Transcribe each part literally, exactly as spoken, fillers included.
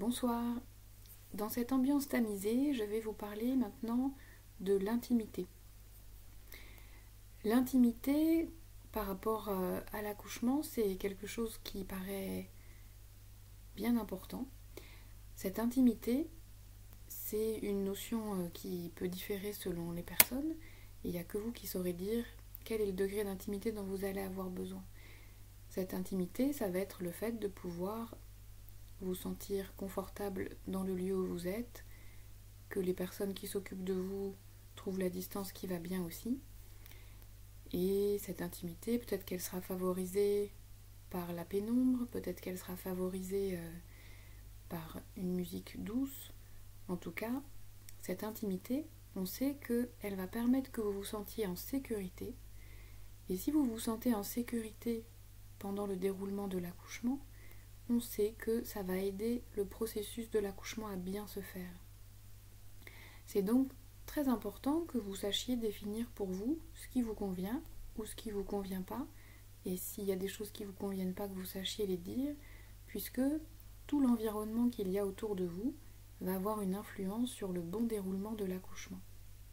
Bonsoir. Dans cette ambiance tamisée, je vais vous parler maintenant de l'intimité. L'intimité par rapport à l'accouchement, c'est quelque chose qui paraît bien important. Cette intimité, c'est une notion qui peut différer selon les personnes. Il n'y a que vous qui saurez dire quel est le degré d'intimité dont vous allez avoir besoin. Cette intimité, ça va être le fait de pouvoir vous sentir confortable dans le lieu où vous êtes, que les personnes qui s'occupent de vous trouvent la distance qui va bien aussi. Et cette intimité, peut-être qu'elle sera favorisée par la pénombre, peut-être qu'elle sera favorisée euh, par une musique douce. En tout cas, cette intimité, on sait qu'elle va permettre que vous vous sentiez en sécurité. Et si vous vous sentez en sécurité pendant le déroulement de l'accouchement, on sait que ça va aider le processus de l'accouchement à bien se faire. C'est donc très important que vous sachiez définir pour vous ce qui vous convient ou ce qui ne vous convient pas, et s'il y a des choses qui ne vous conviennent pas, que vous sachiez les dire, puisque tout l'environnement qu'il y a autour de vous va avoir une influence sur le bon déroulement de l'accouchement.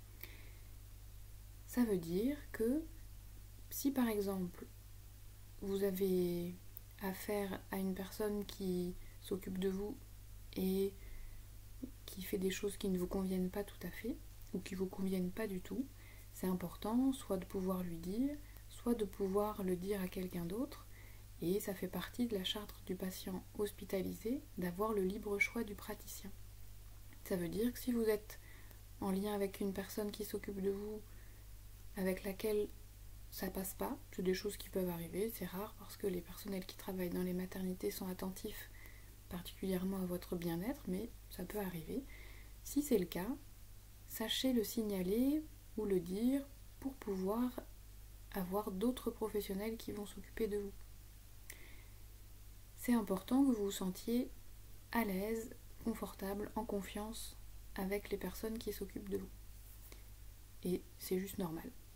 Ça veut dire que si par exemple vous avez affaire à une personne qui s'occupe de vous et qui fait des choses qui ne vous conviennent pas tout à fait, ou qui ne vous conviennent pas du tout, c'est important soit de pouvoir lui dire, soit de pouvoir le dire à quelqu'un d'autre, et ça fait partie de la charte du patient hospitalisé d'avoir le libre choix du praticien. Ça veut dire que si vous êtes en lien avec une personne qui s'occupe de vous, avec laquelle ça passe pas, c'est des choses qui peuvent arriver, c'est rare parce que les personnels qui travaillent dans les maternités sont attentifs particulièrement à votre bien-être, mais ça peut arriver. Si c'est le cas, sachez le signaler ou le dire pour pouvoir avoir d'autres professionnels qui vont s'occuper de vous. C'est important que vous vous sentiez à l'aise, confortable, en confiance avec les personnes qui s'occupent de vous. Et c'est juste normal.